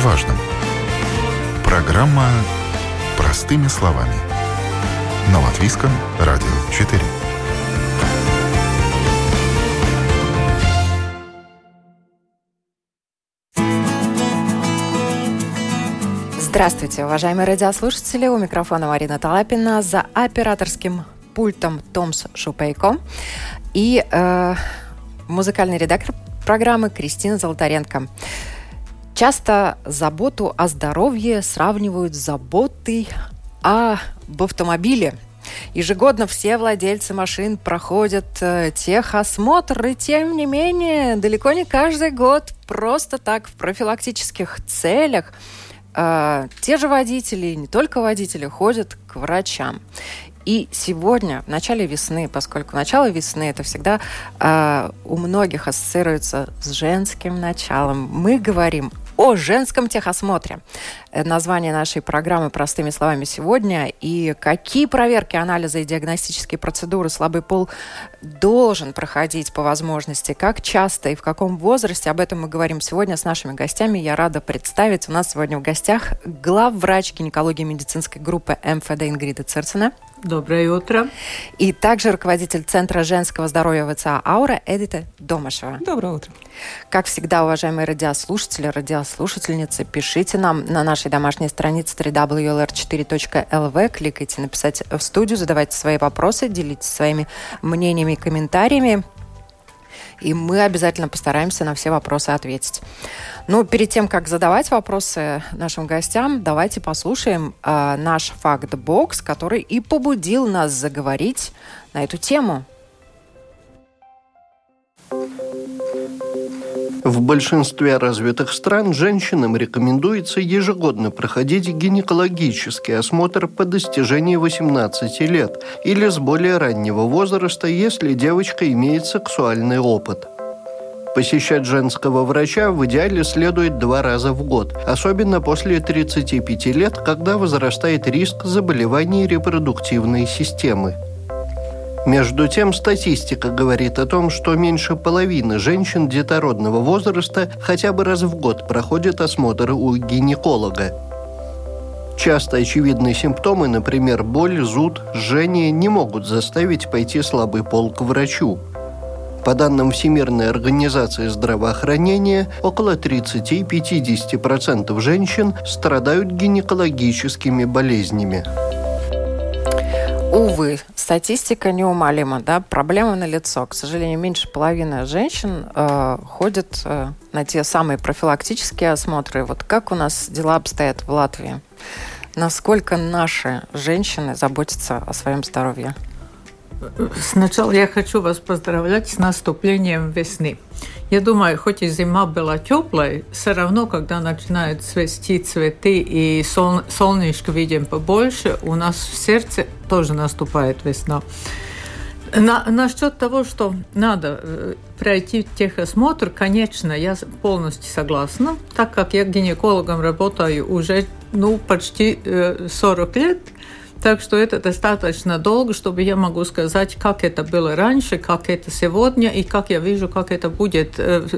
важном. Программа «Простыми словами». На Латвийском радио 4. Здравствуйте, уважаемые радиослушатели. У микрофона Марина Талапина, за операторским пультом Томс Шупейко и музыкальный редактор программы Кристина Золотаренко. Часто заботу о здоровье сравнивают с заботой об автомобиле. Ежегодно все владельцы машин проходят техосмотр, и тем не менее, далеко не каждый год просто так в профилактических целях те же водители, и не только водители, ходят к врачам. И сегодня, в начале весны, поскольку начало весны, это всегда у многих ассоциируется с женским началом, мы говорим о женском техосмотре. Название нашей программы «Простыми словами» сегодня. И какие проверки, анализы и диагностические процедуры слабый пол должен проходить по возможности, как часто и в каком возрасте. Об этом мы говорим сегодня с нашими гостями. Я рада представить. У нас сегодня в гостях главврач гинекологии медицинской группы МФД Ингрида Цирцина. Доброе утро. И также руководитель Центра женского здоровья ВЦА «Аура» Эдита Домашева. Доброе утро. Как всегда, уважаемые радиослушатели, радиослушательницы, пишите нам на нашей домашней странице www.lr4.lv, кликайте «Написать в студию», задавайте свои вопросы, делитесь своими мнениями и комментариями, и мы обязательно постараемся на все вопросы ответить. Но перед тем, как задавать вопросы нашим гостям, давайте послушаем наш факт-бокс, который и побудил нас заговорить на эту тему. В большинстве развитых стран женщинам рекомендуется ежегодно проходить гинекологический осмотр по достижении 18 лет или с более раннего возраста, если девочка имеет сексуальный опыт. Посещать женского врача в идеале следует 2 раза в год, особенно после 35 лет, когда возрастает риск заболеваний репродуктивной системы. Между тем, статистика говорит о том, что меньше половины женщин детородного возраста хотя бы раз в год проходят осмотр у гинеколога. Часто очевидные симптомы, например, боль, зуд, жжение, не могут заставить пойти слабый пол к врачу. По данным Всемирной организации здравоохранения, около 30-50% женщин страдают гинекологическими болезнями. Увы, статистика неумолима, да, проблема налицо. К сожалению, меньше половины женщин ходят на те самые профилактические осмотры. Вот как у нас дела обстоят в Латвии? Насколько наши женщины заботятся о своем здоровье? Сначала я хочу вас поздравлять с наступлением весны. Я думаю, хоть и зима была теплой, все равно, когда начинают цвести цветы и солнышко видим побольше, у нас в сердце тоже наступает весна. Насчет того, что надо пройти техосмотр, конечно, я полностью согласна, так как я гинекологом работаю уже почти 40 лет. Так что это достаточно долго, чтобы я могу сказать, как это было раньше, как это сегодня и как я вижу, как это будет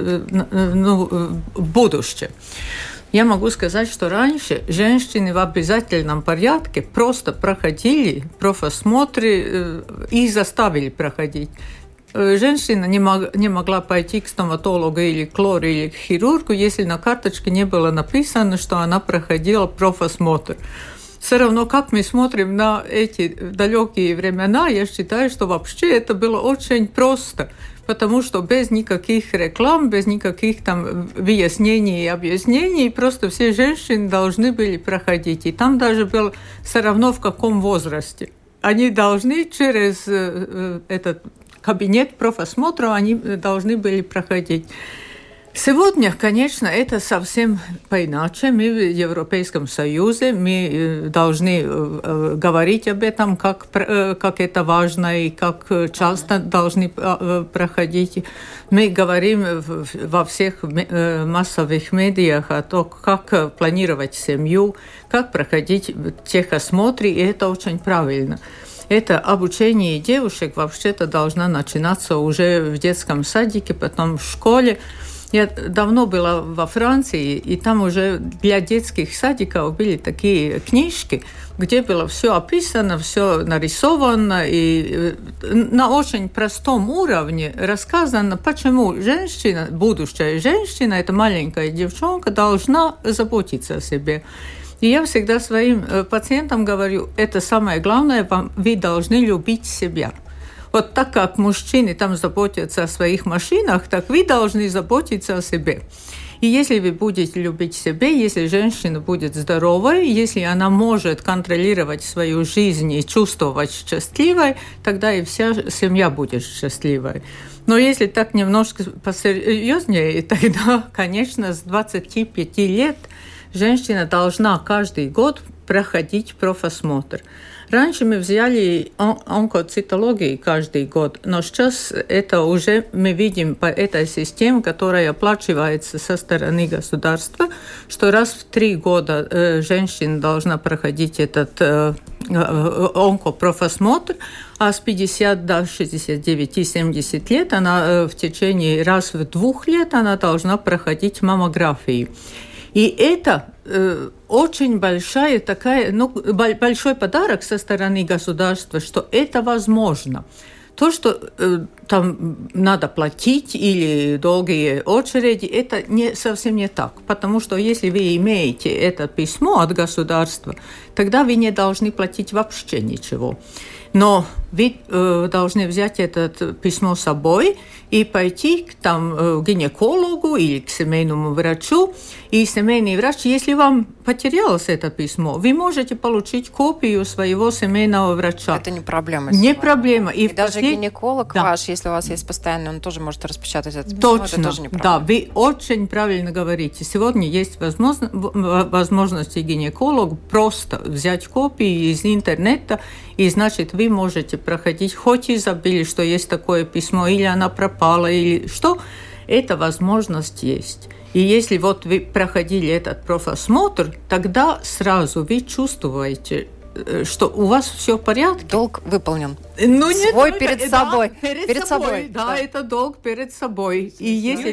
в будущем. Я могу сказать, что раньше женщины в обязательном порядке просто проходили профосмотры и заставили проходить. Женщина не могла пойти к стоматологу или к лору или к хирургу, если на карточке не было написано, что она проходила профосмотр. Все равно, как мы смотрим на эти далекие времена, я считаю, что вообще это было очень просто, потому что без никаких реклам, без никаких там выяснений и объяснений, просто все женщины должны были проходить. И там даже было все равно в каком возрасте. Они должны через этот кабинет профосмотра, они должны были проходить. Сегодня, конечно, это совсем по-иначе. Мы в Европейском Союзе, мы должны говорить об этом, как это важно и как часто должны проходить. Мы говорим во всех массовых медиах о том, как планировать семью, как проходить техосмотры, и это очень правильно. Это обучение девушек вообще-то должно начинаться уже в детском садике, потом в школе. Я давно была во Франции, и там уже для детских садиков были такие книжки, где было все описано, все нарисовано, и на очень простом уровне рассказано, почему женщина, будущая женщина, эта маленькая девчонка, должна заботиться о себе. И я всегда своим пациентам говорю, это самое главное, вы должны любить себя. Вот так как мужчины там заботятся о своих машинах, так вы должны заботиться о себе. И если вы будете любить себя, если женщина будет здоровой, если она может контролировать свою жизнь и чувствовать счастливой, тогда и вся семья будет счастливой. Но если так немножко посерьезнее, тогда, конечно, с 25 лет женщина должна каждый год проходить профосмотр. Раньше мы взяли онкоцитологию каждый год, но сейчас это уже мы видим по этой системе, которая оплачивается со стороны государства, что раз в 3 года женщина должна проходить этот онкопрофосмотр, а с 50 до 69-70 лет она в течение раз в 2 лет она должна проходить маммографию. И это очень большой подарок со стороны государства, что это возможно. То, что там надо платить или долгие очереди, это совсем не так. Потому что если вы имеете это письмо от государства, тогда вы не должны платить вообще ничего. Но вы должны взять это письмо с собой и пойти к гинекологу или к семейному врачу. И семейный врач, если вам потерялось это письмо, вы можете получить копию своего семейного врача. Это не проблема. Не проблема. И даже гинеколог ваш, если у вас есть постоянный, он тоже может распечатать это письмо. Точно. Это тоже не проблема. Да, вы очень правильно говорите. Сегодня есть возможность гинекологу просто взять копии из интернета, и, значит, вы можете проходить, хоть и забыли, что есть такое письмо, или она пропала, или что, эта возможность есть. И если вот вы проходили этот профосмотр, тогда сразу вы чувствуете, что у вас все в порядке. Долг выполнен. Свой перед собой. Перед собой. Да, это долг перед собой. И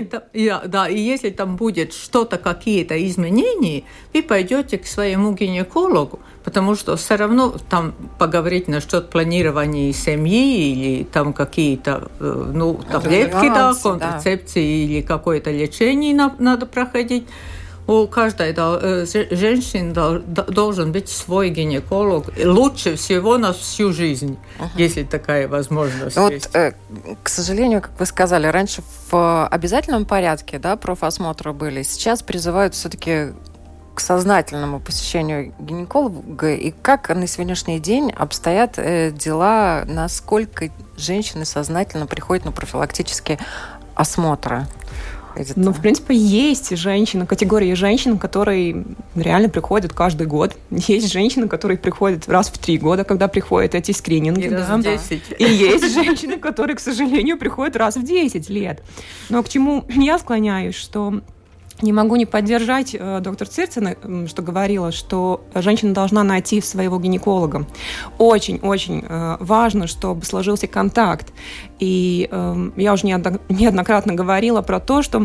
если там будет что-то, какие-то изменения, вы пойдете к своему гинекологу, потому что все равно там поговорить насчет планирования семьи или там какие-то таблетки, контрацепции или какое-то лечение надо проходить. У каждой женщины должен быть свой гинеколог. Лучше всего на всю жизнь, если такая возможность есть. К сожалению, как вы сказали, раньше в обязательном порядке профосмотры были. Сейчас призывают все-таки к сознательному посещению гинеколога. И как на сегодняшний день обстоят дела, насколько женщины сознательно приходят на профилактические осмотры? В принципе, есть женщины, категории женщин, которые реально приходят каждый год. Есть женщины, которые приходят раз в 3 года, когда приходят эти скрининги. И раз в 10. И есть женщины, которые, к сожалению, приходят раз в 10 лет. Но к чему я склоняюсь, что не могу не поддержать доктор Цирцина, что говорила, что женщина должна найти своего гинеколога. Очень-очень важно, чтобы сложился контакт. И я уже неоднократно говорила про то, что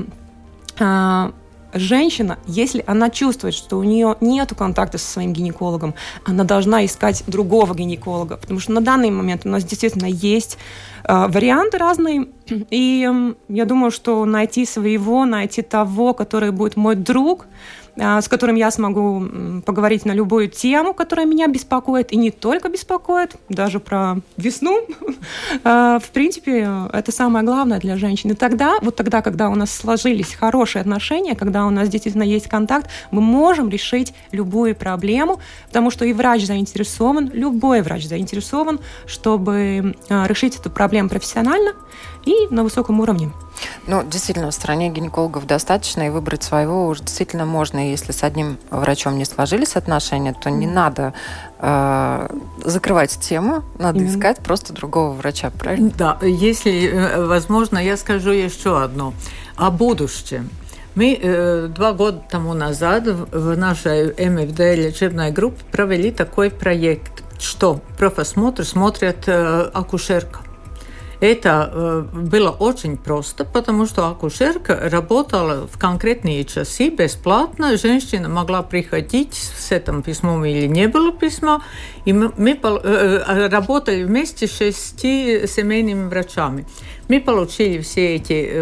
женщина, если она чувствует, что у нее нет контакта со своим гинекологом, она должна искать другого гинеколога, потому что на данный момент у нас действительно есть варианты разные, и я думаю, что найти того, который будет мой друг, с которым я смогу поговорить на любую тему, которая меня беспокоит, и не только беспокоит, даже про весну. В принципе, это самое главное для женщин. И тогда, когда у нас сложились хорошие отношения, когда у нас действительно есть контакт, мы можем решить любую проблему, потому что и врач заинтересован, любой врач заинтересован, чтобы решить эту проблему профессионально и на высоком уровне. Действительно, в стране гинекологов достаточно, и выбрать своего уже действительно можно. И если с одним врачом не сложились отношения, то не надо закрывать тему, надо искать просто другого врача, правильно? Да, если возможно, я скажу еще одно. О будущем. Мы 2 года тому назад в нашей МФД лечебной группе провели такой проект, что профосмотр смотрит акушерка. Это было очень просто, потому что акушерка работала в конкретные часы бесплатно. Женщина могла приходить с этим письмом или не было письма. И мы работали вместе с 6 семейными врачами. Мы получили все эти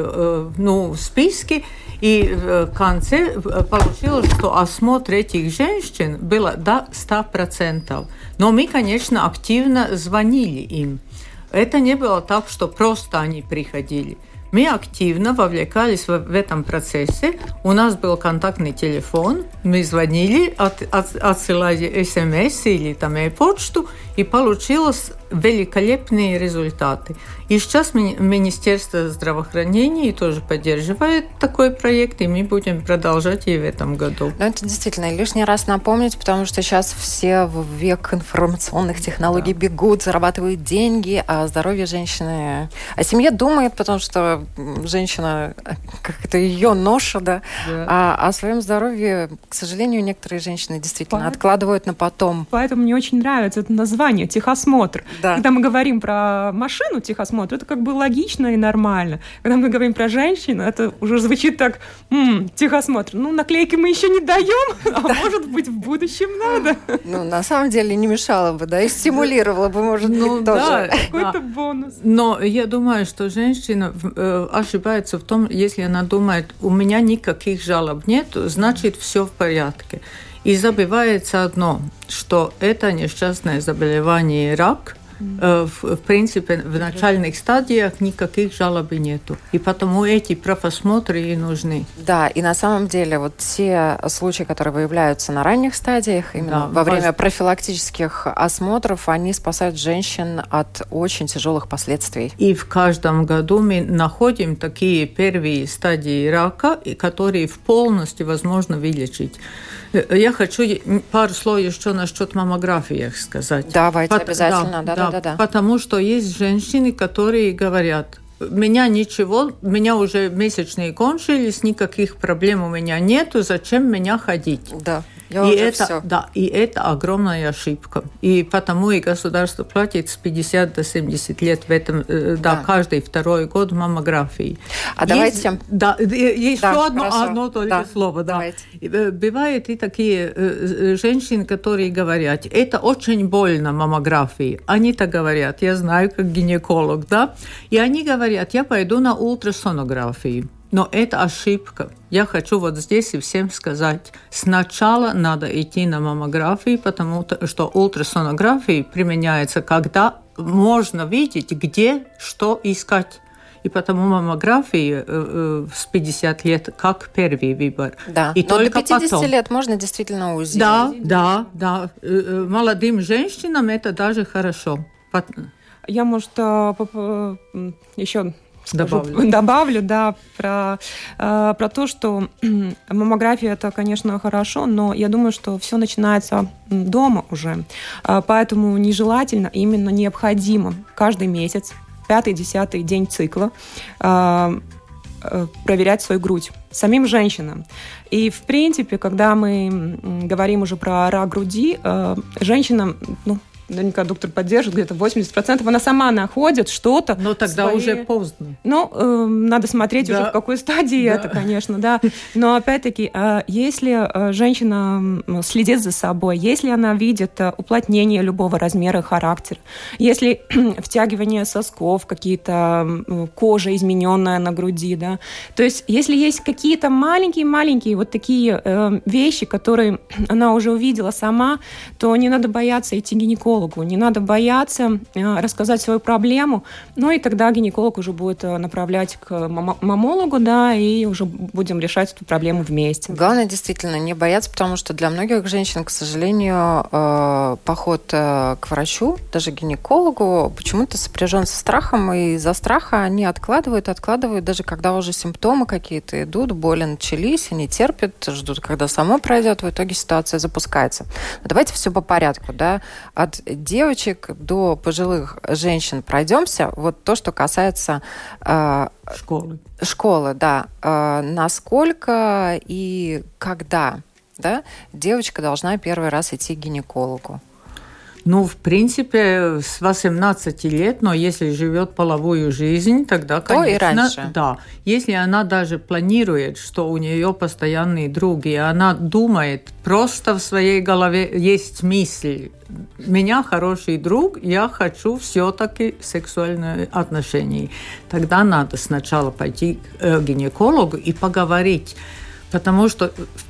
списки. И в конце получилось, что осмотр этих женщин был до 100%. Но мы, конечно, активно звонили им. Это не было так, что просто они приходили. Мы активно вовлекались в этом процессе. У нас был контактный телефон. Мы звонили, отсылали смс или там e-почту, и получилось великолепные результаты. И сейчас Министерство здравоохранения тоже поддерживает такой проект, и мы будем продолжать и в этом году. Но это действительно лишний раз напомнить, потому что сейчас все в век информационных технологий бегут, зарабатывают деньги, а здоровье женщины, о семье думает, потому что женщина, как это ее ноша, да? А о своем здоровье, к сожалению, некоторые женщины действительно откладывают на потом. Поэтому мне очень нравится это название «техосмотр». Да. Когда мы говорим про машину техосмотр, это как бы логично и нормально. Когда мы говорим про женщину, это уже звучит так: техосмотр. Наклейки мы еще не даем, а может быть, в будущем надо. На самом деле не мешало бы, да, и стимулировало бы, может быть, тоже. Какой-то бонус. Но я думаю, что женщина ошибается в том, если она думает, у меня никаких жалоб нет, значит, все в порядке. И забывается одно, что это несчастное заболевание рак. В принципе, в начальных стадиях никаких жалоб нету. И потому эти профосмотры и нужны. Да, и на самом деле вот те случаи, которые выявляются на ранних стадиях, именно во время профилактических осмотров, они спасают женщин от очень тяжелых последствий. И в каждом году мы находим такие первые стадии рака, которые полностью возможно вылечить. Я хочу пару слов еще насчет маммографии сказать. Давайте, обязательно. Да. Потому что есть женщины, которые говорят: меня уже месячные кончились, никаких проблем у меня нету, зачем меня ходить? Да. И это огромная ошибка. И потому и государство платит с 50 до 70 лет в этом, каждый второй год маммографии. Давайте... Еще одно только слово. Бывают и такие женщины, которые говорят: это очень больно, маммографии. Они так говорят, я знаю, как гинеколог, да? И они говорят: я пойду на ультрасонографию. Но это ошибка. Я хочу вот здесь и всем сказать: сначала надо идти на маммографию, потому что ультрасонография применяется, когда можно видеть, где что искать. И потому маммография с 50 лет как первый выбор. Да, и но до 50 лет можно действительно УЗИ. Да. Молодым женщинам это даже хорошо. Я, может, еще... Добавлю, про то, что маммография – это, конечно, хорошо, но я думаю, что все начинается дома уже. Поэтому нежелательно, именно необходимо каждый месяц, 5-10 день цикла, проверять свою грудь самим женщинам. И, в принципе, когда мы говорим уже про рак груди, женщинам, наверняка доктор поддержит, где-то 80%, она сама находит что-то. Но тогда уже поздно. Надо смотреть уже в какой стадии это, конечно, да. Но опять-таки, если женщина следит за собой, если она видит уплотнение любого размера и характера, если втягивание сосков, какие-то кожа измененная на груди, да, то есть если есть какие-то маленькие вот такие вещи, которые она уже увидела сама, то не надо бояться идти к гинекологу. Не надо бояться рассказать свою проблему, и тогда гинеколог уже будет направлять к маммологу, и уже будем решать эту проблему вместе. Главное действительно не бояться, потому что для многих женщин, к сожалению, поход к врачу, даже гинекологу, почему-то сопряжен со страхом, и из-за страха они откладывают, даже когда уже симптомы какие-то идут, боли начались, они терпят, ждут, когда само пройдет, в итоге ситуация запускается. Но давайте все по порядку, от девочек до пожилых женщин пройдемся. Вот то, что касается школы, да. Насколько и когда, девочка должна первый раз идти к гинекологу? Ну, в принципе, с 18 лет, но если живет половую жизнь, тогда, конечно, и раньше. Да. Если она даже планирует, что у нее постоянные други, и она думает, просто в своей голове есть мысль, меня хороший друг, я хочу все-таки сексуальные отношения. Тогда надо сначала пойти к гинекологу и поговорить. Потому что в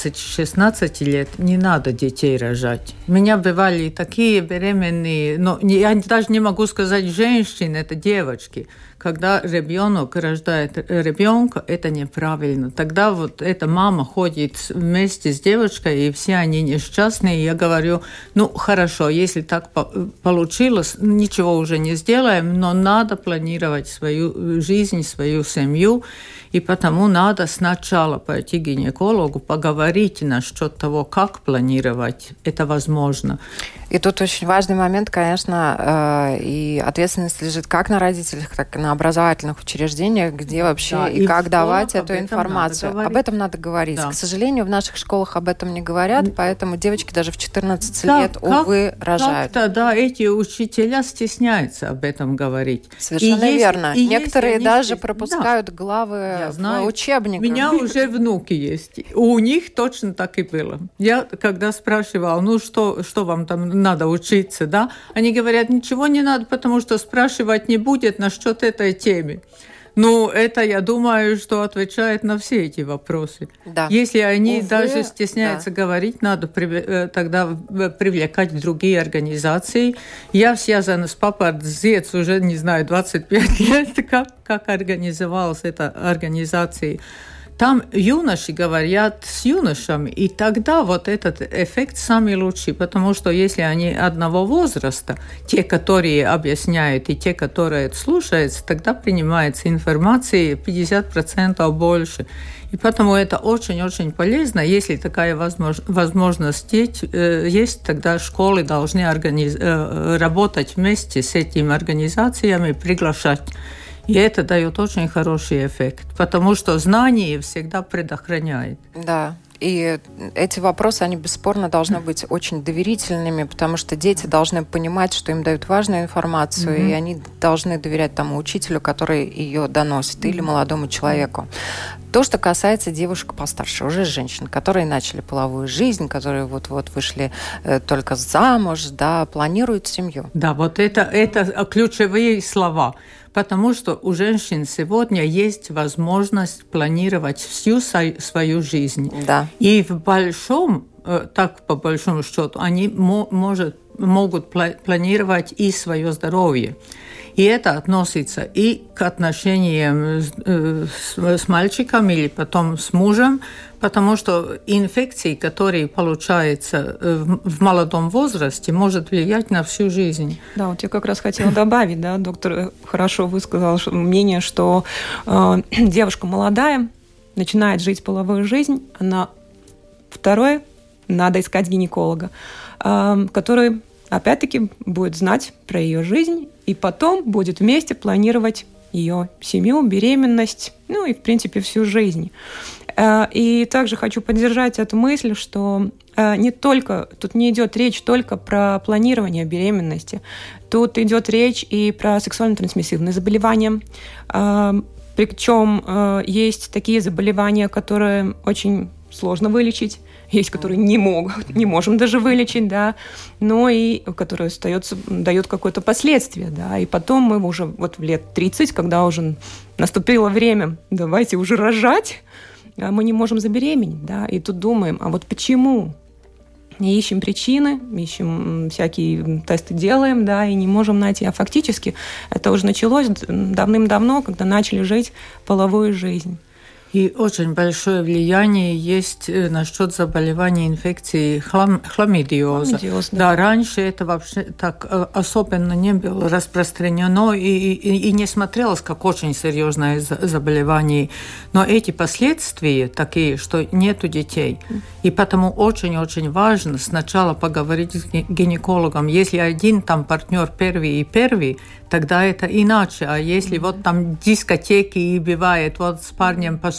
15-16 лет не надо детей рожать. У меня бывали такие беременные, но я даже не могу сказать женщины, это девочки. Когда ребенок рождает ребенка, это неправильно. Тогда вот эта мама ходит вместе с девочкой, и все они несчастные. Я говорю, ну хорошо, если так получилось, ничего уже не сделаем, но надо планировать свою жизнь, свою семью. И потому надо сначала пойти к гинекологу, поговорить насчет того, как планировать это возможно. И тут очень важный момент, конечно, и ответственность лежит как на родителях, так и на образовательных учреждениях, где вообще да, и как давать эту информацию. Об этом надо говорить. Да. К сожалению, в наших школах об этом не говорят, поэтому девочки даже в 14 лет, увы, рожают. Как-то, да, эти учителя стесняются об этом говорить. Совершенно верно. Некоторые даже пропускают главы в учебниках. У меня уже внуки есть. У них точно так и было. Я когда спрашивала, ну что вам там надо учиться, да? Они говорят, ничего не надо, потому что спрашивать не будет насчет этой темы. Ну, это, я думаю, что отвечает на все эти вопросы. Да. Если они даже стесняются говорить, надо тогда привлекать другие организации. Я связана с папой Дзец уже, не знаю, 25 лет, как организовалась эта организация. Там юноши говорят с юношами, и тогда вот этот эффект самый лучший, потому что если они одного возраста, те, которые объясняют, и те, которые слушаются, тогда принимается информация 50% больше. И поэтому это очень-очень полезно. Если такая возможность есть, тогда школы должны работать вместе с этими организациями, приглашать. И это дает очень хороший эффект, потому что знание всегда предохраняет. Да. И эти вопросы, они бесспорно должны быть очень доверительными, потому что дети должны понимать, что им дают важную информацию, и они должны доверять тому учителю, который ее доносит, или молодому человеку. То, что касается девушек постарше, уже женщин, которые начали половую жизнь, которые вот-вот вышли только замуж, да, планируют семью. Да, вот это ключевые слова. Потому что у женщин сегодня есть возможность планировать всю свою жизнь. Да. И по большому счету, они могут планировать и свое здоровье. И это относится и к отношениям с мальчиком или потом с мужем, потому что инфекции, которые получаются в молодом возрасте, может влиять на всю жизнь. Да, вот я как раз хотела добавить, да, доктор хорошо высказал мнение, что девушка молодая начинает жить половую жизнь, второе, надо искать гинеколога, который опять-таки будет знать про ее жизнь и потом будет вместе планировать ее семью, беременность, ну и, в принципе, всю жизнь. И также хочу поддержать эту мысль, что тут не идет речь только про планирование беременности, тут идет речь и про сексуально-трансмиссивные заболевания. Причем есть такие заболевания, которые очень сложно вылечить, есть, которые не можем даже вылечить, да, но и которые дают какое-то последствие, да, и потом мы уже вот в лет 30, когда уже наступило время, давайте уже рожать, мы не можем забеременеть, да, и тут думаем, а вот почему? И ищем причины, ищем всякие тесты делаем, да, и не можем найти, а фактически это уже началось давным-давно, когда начали жить половую жизнь. И очень большое влияние есть насчет заболевания инфекции хламидиоза. Да, раньше это вообще так особенно не было распространено и не смотрелось как очень серьезное заболевание. Но эти последствия такие, что нету детей. И потому очень-очень важно сначала поговорить с гинекологом. Если один там партнер первый, тогда это иначе. А если вот там дискотеки и бывает, вот с парнем поссорился,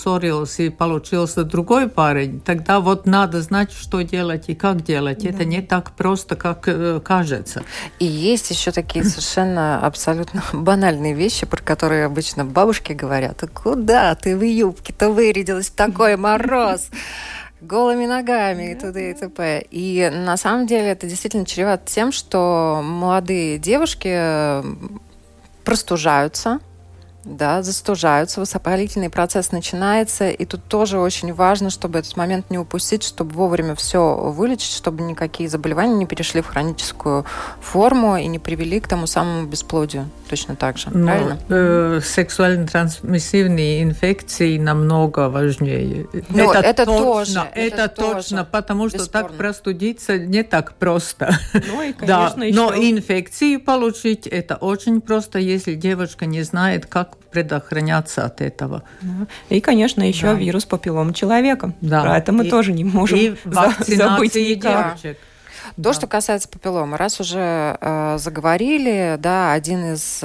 поссорилась и получился другой парень, тогда вот надо знать, что делать и как делать. Да. Это не так просто, как кажется. И есть еще такие совершенно абсолютно банальные вещи, про которые обычно бабушки говорят. Куда ты в юбке-то вырядилась в такой мороз? Голыми ногами и т.д. и т.п. И на самом деле это действительно чревато тем, что молодые девушки простужаются, да, застужаются, воспалительный процесс начинается, и тут тоже очень важно, чтобы этот момент не упустить, чтобы вовремя все вылечить, чтобы никакие заболевания не перешли в хроническую форму и не привели к тому самому бесплодию. Точно так же, правильно? Сексуально трансмиссивные инфекции намного важнее. Но это точно, потому что бесспорно. Так простудиться не так просто. Ну и, конечно, еще... Но инфекцию получить это очень просто, если девушка не знает, как предохраняться от этого. И, конечно, еще вирус папиллома человека. Да. Про это мы тоже не можем забыть никак. То, что касается папилломы, раз уже заговорили, да, одно из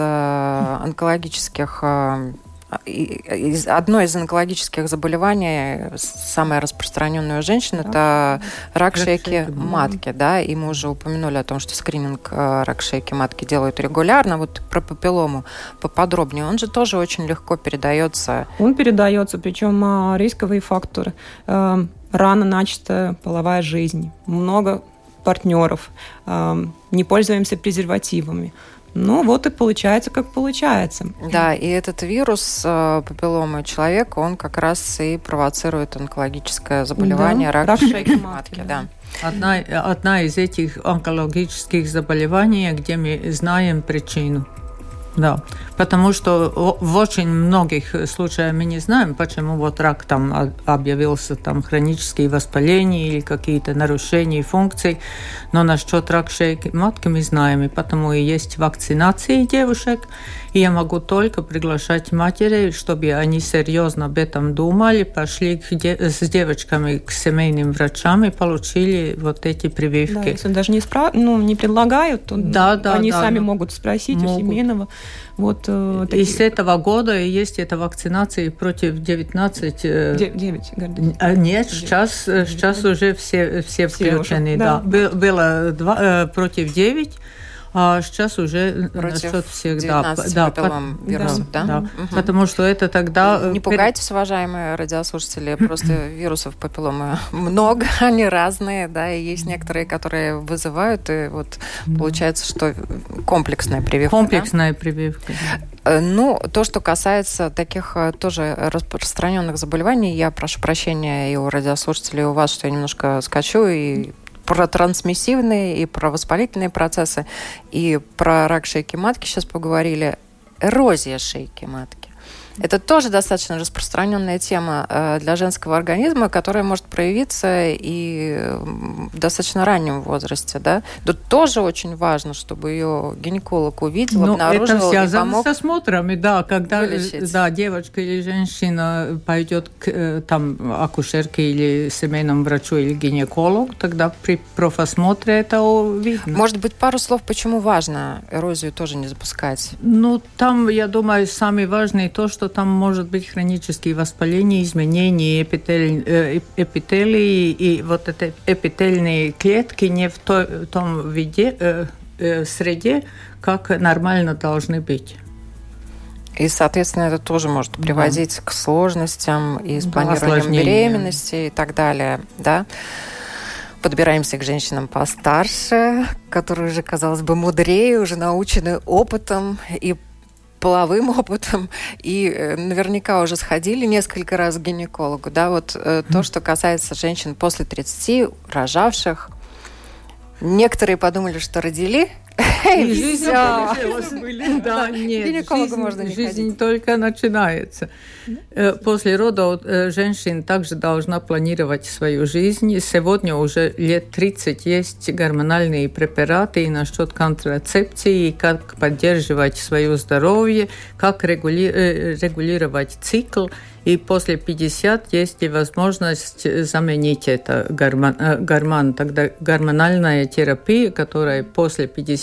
онкологических заболеваний, самое распространенное у женщин, это рак шейки матки, да, и мы уже упомянули о том, что скрининг рак шейки матки делают регулярно. Вот про папиллому поподробнее. Он же тоже очень легко передается. Он передается, причем рисковые факторы. Рано начатая половая жизнь, много партнеров, не пользуемся презервативами. Ну, вот и получается, как получается. Да, и этот вирус папилломы человека, он как раз и провоцирует онкологическое заболевание, рак шейки матки. Да. Одна из этих онкологических заболеваний, где мы знаем причину. Да, потому что в очень многих случаях мы не знаем, почему вот рак там объявился, там хронические воспаления или какие-то нарушения функций, но насчет рака шейки матки мы знаем, и потому и есть вакцинации девушек, и я могу только приглашать матерей, чтобы они серьезно об этом думали, пошли с девочками к семейным врачам и получили вот эти прививки. Да, если даже не предлагают, то они сами могут спросить у семейного. Вот, и с этого года есть эта вакцинация против 19... 9, Гордыня. Нет, сейчас уже все включены. Да. Было против 9, а сейчас уже насчет всех. 19 вирусов, да? Да. Угу. Потому что это тогда... Не пугайтесь, уважаемые радиослушатели, просто вирусов папилломы много, они разные, да, и есть некоторые, которые вызывают, и вот получается, что комплексная прививка. Комплексная прививка. Ну, то, что касается таких тоже распространенных заболеваний, я прошу прощения и у радиослушателей, и у вас, что я немножко скачу, и про трансмиссивные, и про воспалительные процессы, и про рак шейки матки сейчас поговорили. Эрозия шейки матки. Это тоже достаточно распространенная тема для женского организма, которая может проявиться и в достаточно раннем возрасте. Да? Тут тоже очень важно, чтобы ее гинеколог увидел, обнаружил и помог. Это связано с осмотрами, да, когда девочка или женщина пойдет к акушерке или семейному врачу или гинекологу, тогда при профосмотре это видно. Может быть, пару слов, почему важно эрозию тоже не запускать? Ну, там, я думаю, самое важное то, что там может быть хронические воспаления, изменения эпителий, и вот эти эпительные клетки не в том виде, среде, как нормально должны быть. И, соответственно, это тоже может приводить к сложностям и с планированием беременности и так далее, да? Подбираемся к женщинам постарше, которые уже, казалось бы, мудрее, уже научены опытом и половым опытом, и наверняка уже сходили несколько раз к гинекологу. Да, вот то, что касается женщин после 30, рожавших. Некоторые подумали, что родили, и все. Гинекологу можно не ходить. Жизнь только начинается. После родов женщина также должна планировать свою жизнь. Сегодня уже лет 30 есть гормональные препараты насчет контрацепции, как поддерживать свое здоровье, как регулировать цикл. И после 50 есть и возможность заменить это гормон. Тогда гормональная терапия, которая после 50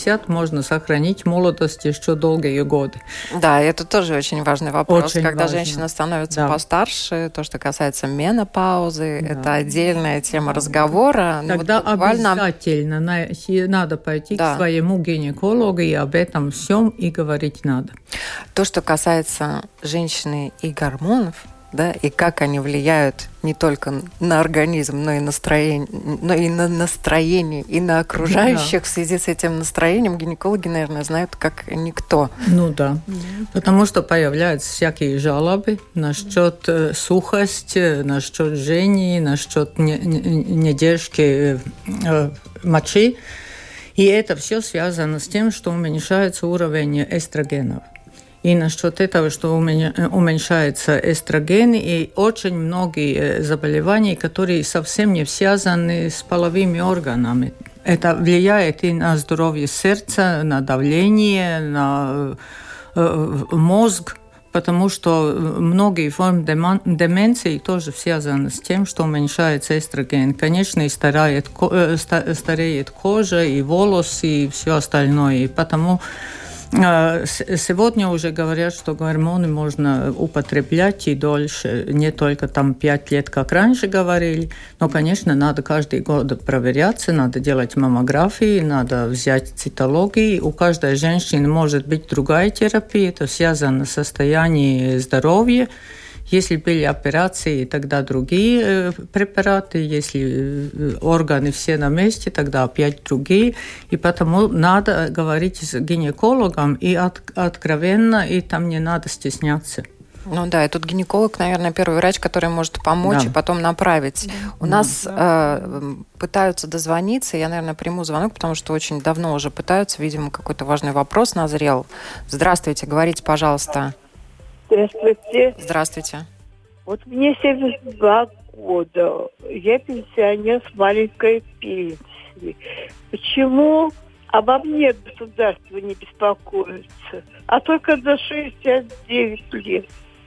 60 можно сохранить молодость еще долгие годы. Да, это тоже очень важный вопрос. Очень Когда важно. женщина становится постарше, то, что касается менопаузы, это отдельная тема разговора. Тогда обязательно надо пойти к своему гинекологу, и об этом всем и говорить надо. То, что касается женщины и гормонов, да, и как они влияют не только на организм, но и на настроение, и на окружающих. В связи с этим настроением гинекологи, наверное, знают как никто. Ну да, потому что появляются всякие жалобы насчет сухости, насчет жжения, насчет недержки мочи. И это все связано с тем, что уменьшается уровень эстрогенов. И насчет этого, что уменьшается эстроген, и очень многие заболевания, которые совсем не связаны с половыми органами. Это влияет и на здоровье сердца, на давление, на мозг, потому что многие формы деменции тоже связаны с тем, что уменьшается эстроген. Конечно, и стареет кожа, и волосы, и все остальное. И потому сегодня уже говорят, что гормоны можно употреблять и дольше, не только там 5 лет, как раньше говорили, но, конечно, надо каждый год проверяться, надо делать маммографии, надо взять цитологии. У каждой женщины может быть другая терапия, это связано с состоянием здоровья. Если были операции, тогда другие препараты. Если органы все на месте, тогда опять другие. И потому надо говорить с гинекологом и откровенно, и там не надо стесняться. Ну да, и тут гинеколог, наверное, первый врач, который может помочь и потом направить. У нас пытаются дозвониться, я, наверное, приму звонок, потому что очень давно уже пытаются, видимо, какой-то важный вопрос назрел. Здравствуйте, говорите, пожалуйста. Здравствуйте. Здравствуйте. Вот мне 72 года. Я пенсионер с маленькой пенсией. Почему обо мне государство не беспокоится, а только до 69 лет?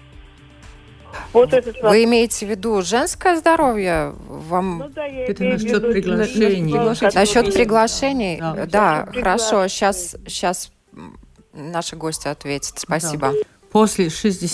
Вот этот вопрос. Вы имеете в виду женское здоровье? Вам... Ну, да, это насчет приглашений. Насчет приглашений? Да, насчет хорошо. Сейчас наши гости ответят. Спасибо. Да. После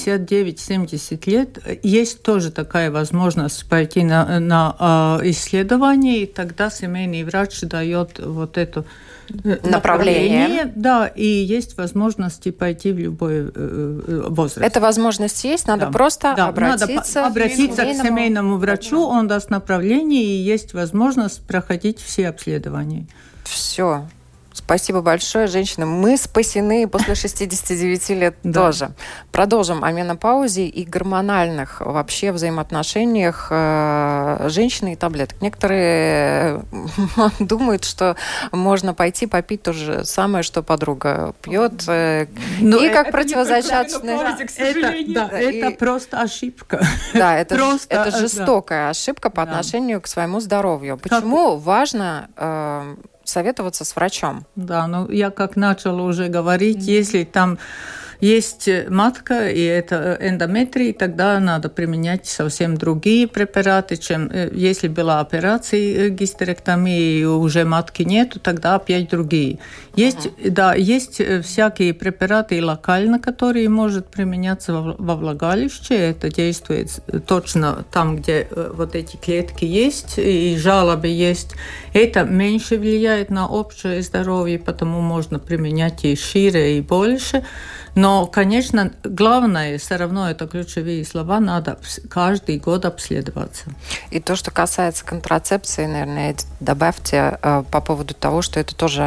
69-70 лет есть тоже такая возможность пойти на исследование, и тогда семейный врач дает вот это направление. Да, и есть возможность пойти в любой возраст. Эта возможность есть, надо просто обратиться к семейному врачу, он даст направление, и есть возможность проходить все обследования. Все. Спасибо большое, женщины. Мы спасены после 69 лет тоже. Продолжим о менопаузе и гормональных вообще взаимоотношениях женщины и таблеток. Некоторые думают, что можно пойти попить то же самое, что подруга пьет. И как противозачаточное... Это просто ошибка. Да, это жестокая ошибка по отношению к своему здоровью. Почему важно советоваться с врачом? Да, ну я как начала уже говорить, если там есть матка и это эндометрий, тогда надо применять совсем другие препараты, чем если была операция гистерэктомии и уже матки нету, тогда опять другие. Есть всякие препараты локально, которые могут применяться во влагалище. Это действует точно там, где вот эти клетки есть и жалобы есть. Это меньше влияет на общее здоровье, потому можно применять и шире, и больше. Но, конечно, главное, все равно это ключевые слова, надо каждый год обследоваться. И то, что касается контрацепции, наверное, добавьте по поводу того, что это тоже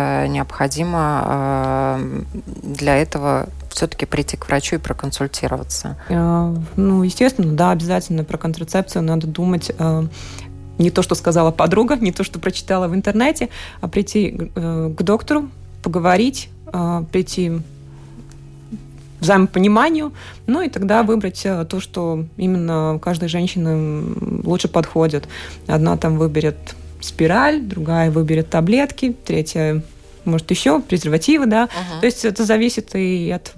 необходимо для этого все-таки прийти к врачу и проконсультироваться. Ну, естественно, да, обязательно про контрацепцию надо думать не то, что сказала подруга, не то, что прочитала в интернете, а прийти к доктору, поговорить, прийти взаимопониманию, ну и тогда выбрать то, что именно каждой женщине лучше подходит. Одна там выберет спираль, другая выберет таблетки, третья, может, еще презервативы, да. То есть это зависит и от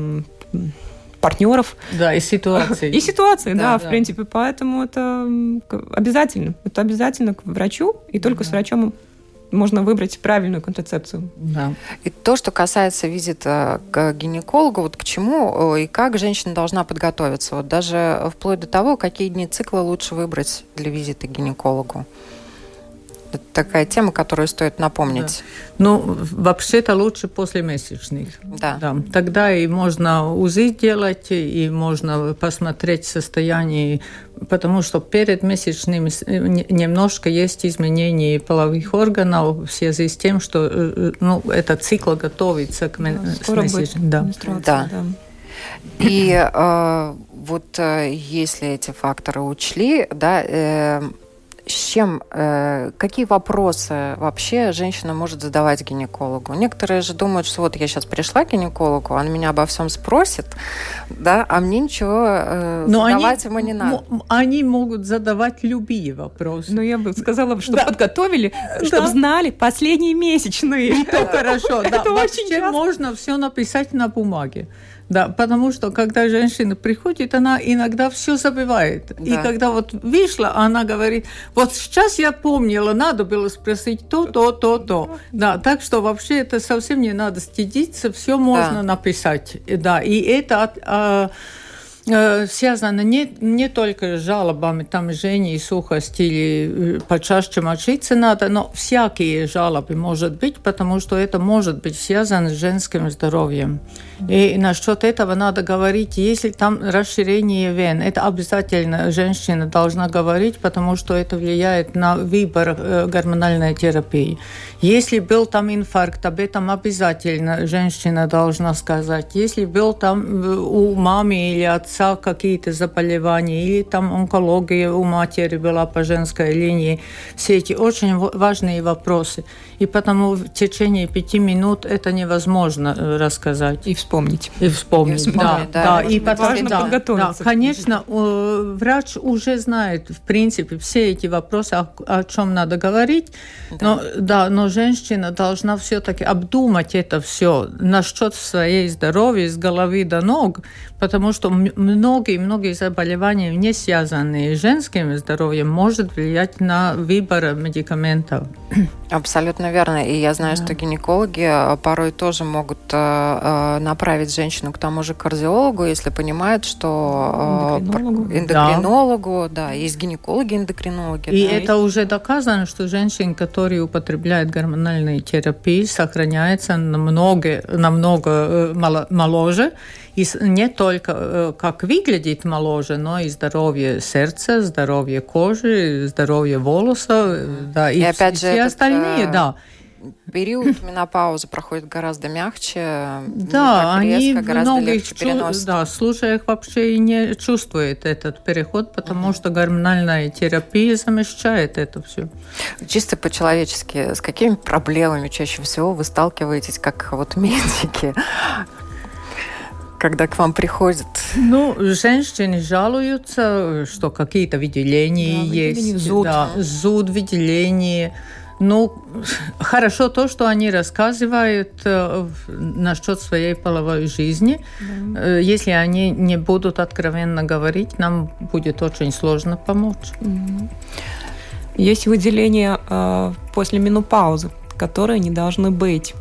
партнеров. Да, и ситуации. И ситуации, да, в принципе. Поэтому это обязательно. Это обязательно к врачу, и только с врачом можно выбрать правильную контрацепцию. Да. И то, что касается визита к гинекологу, вот к чему и как женщина должна подготовиться, вот даже вплоть до того, какие дни цикла лучше выбрать для визита к гинекологу. Это такая тема, которую стоит напомнить. Да. Ну, вообще-то лучше после месячных. Да. Да. Тогда и можно УЗИ делать, и можно посмотреть состояние, потому что перед месячными немножко есть изменения половых органов в связи с тем, что этот цикл готовится к месячным. Да. Да. И вот если эти факторы учли, да, какие вопросы вообще женщина может задавать гинекологу? Некоторые же думают, что вот я сейчас пришла к гинекологу, он меня обо всем спросит, да, а мне ничего задавать ему не надо. Они могут задавать любые вопросы. Но я бы сказала, что подготовили, чтобы знали последние месячные. Это хорошо. Это очень часто. Можно все написать на бумаге. Да, потому что, когда женщина приходит, она иногда все забывает. Да. И когда вот вышла, она говорит, вот сейчас я помнила, надо было спросить то. Да, так что вообще это совсем не надо стыдиться, все можно написать. Да, и это связано не только с жалобами, там жжение, сухость или почаще мочиться надо, но всякие жалобы может быть, потому что это может быть связано с женским здоровьем. И насчет этого надо говорить, если там расширение вен, это обязательно женщина должна говорить, потому что это влияет на выбор гормональной терапии. Если был там инфаркт, об этом обязательно женщина должна сказать. Если был там у мамы или отца какие-то заболевания, или там онкология у матери была по женской линии, все эти очень важные вопросы. И потому в течение 5 минут это невозможно рассказать. И вспомнить. Да. И потом, важно подготовиться. Да, конечно, врач уже знает, в принципе, все эти вопросы, о чем надо говорить, но женщина должна все-таки обдумать это все насчет своей здоровья с головы до ног, потому что многие заболевания, не связанные с женским здоровьем, может влиять на выбор медикаментов. Абсолютно верно. И я знаю, что гинекологи порой тоже могут направить женщину к тому же кардиологу, если понимают, что эндокринологу, есть гинекологи-эндокринологи. И это уже доказано, что женщины, которые употребляют гормональные терапии, сохраняются намного моложе. И не только как выглядит моложе, но и здоровье сердца, здоровье кожи, здоровье волоса, да, и опять же, все остальные, да. Период менопаузы проходит гораздо мягче, да, они гораздо легче переносят. Да, в случаях вообще и не чувствуют этот переход, потому что гормональная терапия замещает это все. Чисто по-человечески, с какими проблемами чаще всего вы сталкиваетесь, как вот медики, когда к вам приходят? Женщины жалуются, что какие-то выделения есть. Зуд, выделение. Хорошо то, что они рассказывают насчет своей половой жизни. Да. Если они не будут откровенно говорить, нам будет очень сложно помочь. Есть выделения после менопаузы, которые не должны быть.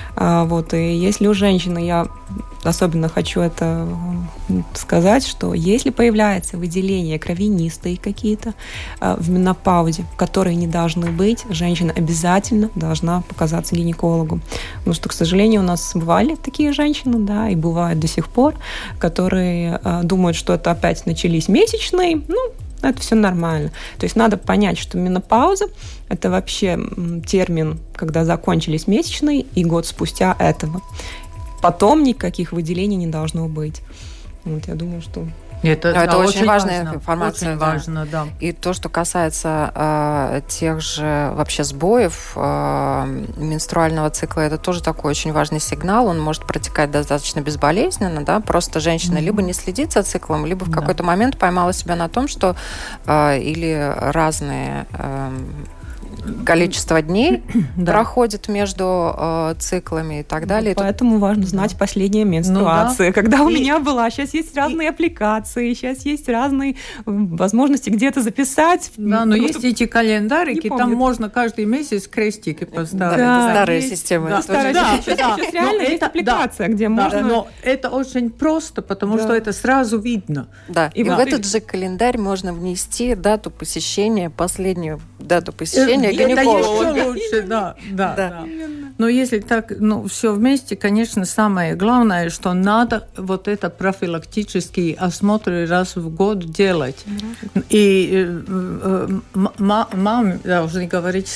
И если у женщины, я особенно хочу это сказать, что если появляется выделение кровянистые какие-то в менопаузе, которые не должны быть, женщина обязательно должна показаться гинекологу. Потому что, к сожалению, у нас бывали такие женщины, да, и бывают до сих пор, которые думают, что это опять начались месячные, это все нормально. То есть надо понять, что менопауза – это вообще термин, когда закончились месячные, и год спустя этого. Потом никаких выделений не должно быть. Я думаю, что... Это очень важная информация. Очень важно, да. И то, что касается тех же вообще сбоев менструального цикла, это тоже такой очень важный сигнал. Он может протекать достаточно безболезненно, да, просто женщина либо не следит за циклом, либо в какой-то момент поймала себя на том, что или разные количество дней проходит между циклами и так далее. Поэтому важно знать последние менструации, когда у меня была. Сейчас есть разные аппликации, сейчас есть разные возможности где-то записать. Да, но есть эти календарики, там можно каждый месяц крестики поставить. Да, старая система. Да, сейчас реально есть аппликация, где можно... Но это очень просто, потому что это сразу видно. Да, и в этот же календарь можно внести дату посещения, последнюю дату посещения гинеколога. Это еще лучше, да. Но если так, все вместе, конечно, самое главное, что надо вот это профилактические осмотры раз в год делать. И мамы должны говорить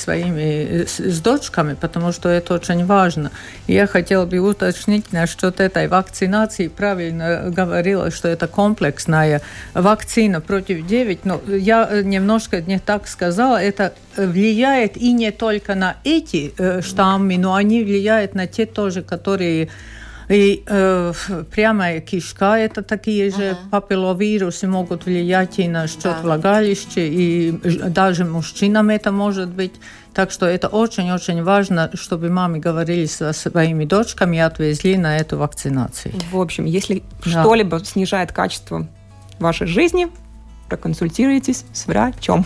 с дочками, потому что это очень важно. Я хотела бы уточнить насчет этой вакцинации. Правильно говорила, что это комплексная вакцина против 9, но я немножко не так сказала. Это влияет и не только на эти штаммы, но они влияют на те тоже, которые... И прямая кишка – это такие же папилловирусы, могут влиять и на счет влагалища, и даже мужчинам это может быть. Так что это очень-очень важно, чтобы мамы говорили со своими дочками и отвезли на эту вакцинацию. В общем, если что-либо снижает качество вашей жизни, проконсультируйтесь с врачом.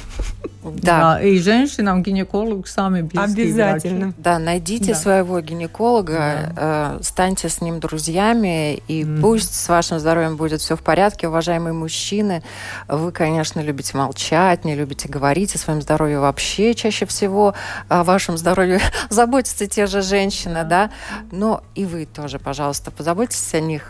Да, и женщинам гинеколог самый близкий обязательно. врач. Да, найдите своего гинеколога, станьте с ним друзьями, и пусть с вашим здоровьем будет все в порядке. Уважаемые мужчины, вы, конечно, любите молчать, не любите говорить о своем здоровье вообще. Чаще всего о вашем здоровье заботятся те же женщины, да? Но и вы тоже, пожалуйста, позаботьтесь о них.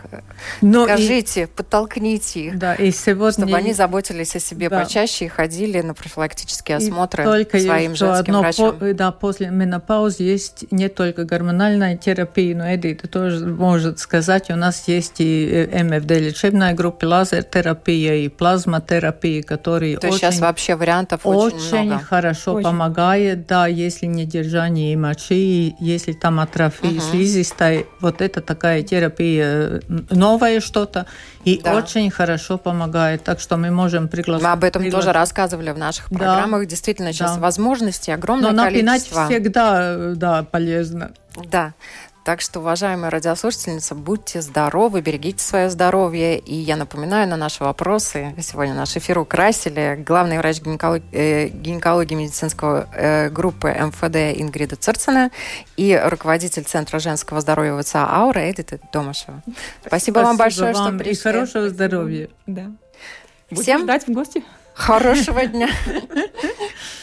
Скажите, подтолкните их, и сегодня... чтобы они заботились о себе почаще и ходили на профилактические осмотры только своим женским врачам. После менопаузы есть не только гормональная терапия, но Эдита тоже может сказать, у нас есть и МФД-лечебная группа, лазер-терапия и плазмотерапия, которые То есть сейчас вообще вариантов очень много. Очень хорошо помогает, если недержание мочи, если там атрофия слизистой, вот это такая терапия новое что-то, и очень хорошо помогает. Так что мы можем пригласить. Мы об этом тоже рассказывали в наших программах. Действительно, сейчас возможностей огромное количество. Но напинать всегда полезно. Да. Так что, уважаемые радиослушательницы, будьте здоровы, берегите свое здоровье. И я напоминаю, на наши вопросы сегодня наш эфир украсили главный врач гинекологии медицинской группы МФД Ингрида Цирцина и руководитель Центра женского здоровья ВЦА «Аура» Эдита Домашева. Спасибо вам большое, что пришли. И хорошего здоровья. Да. Всем ждать в гости. Хорошего дня.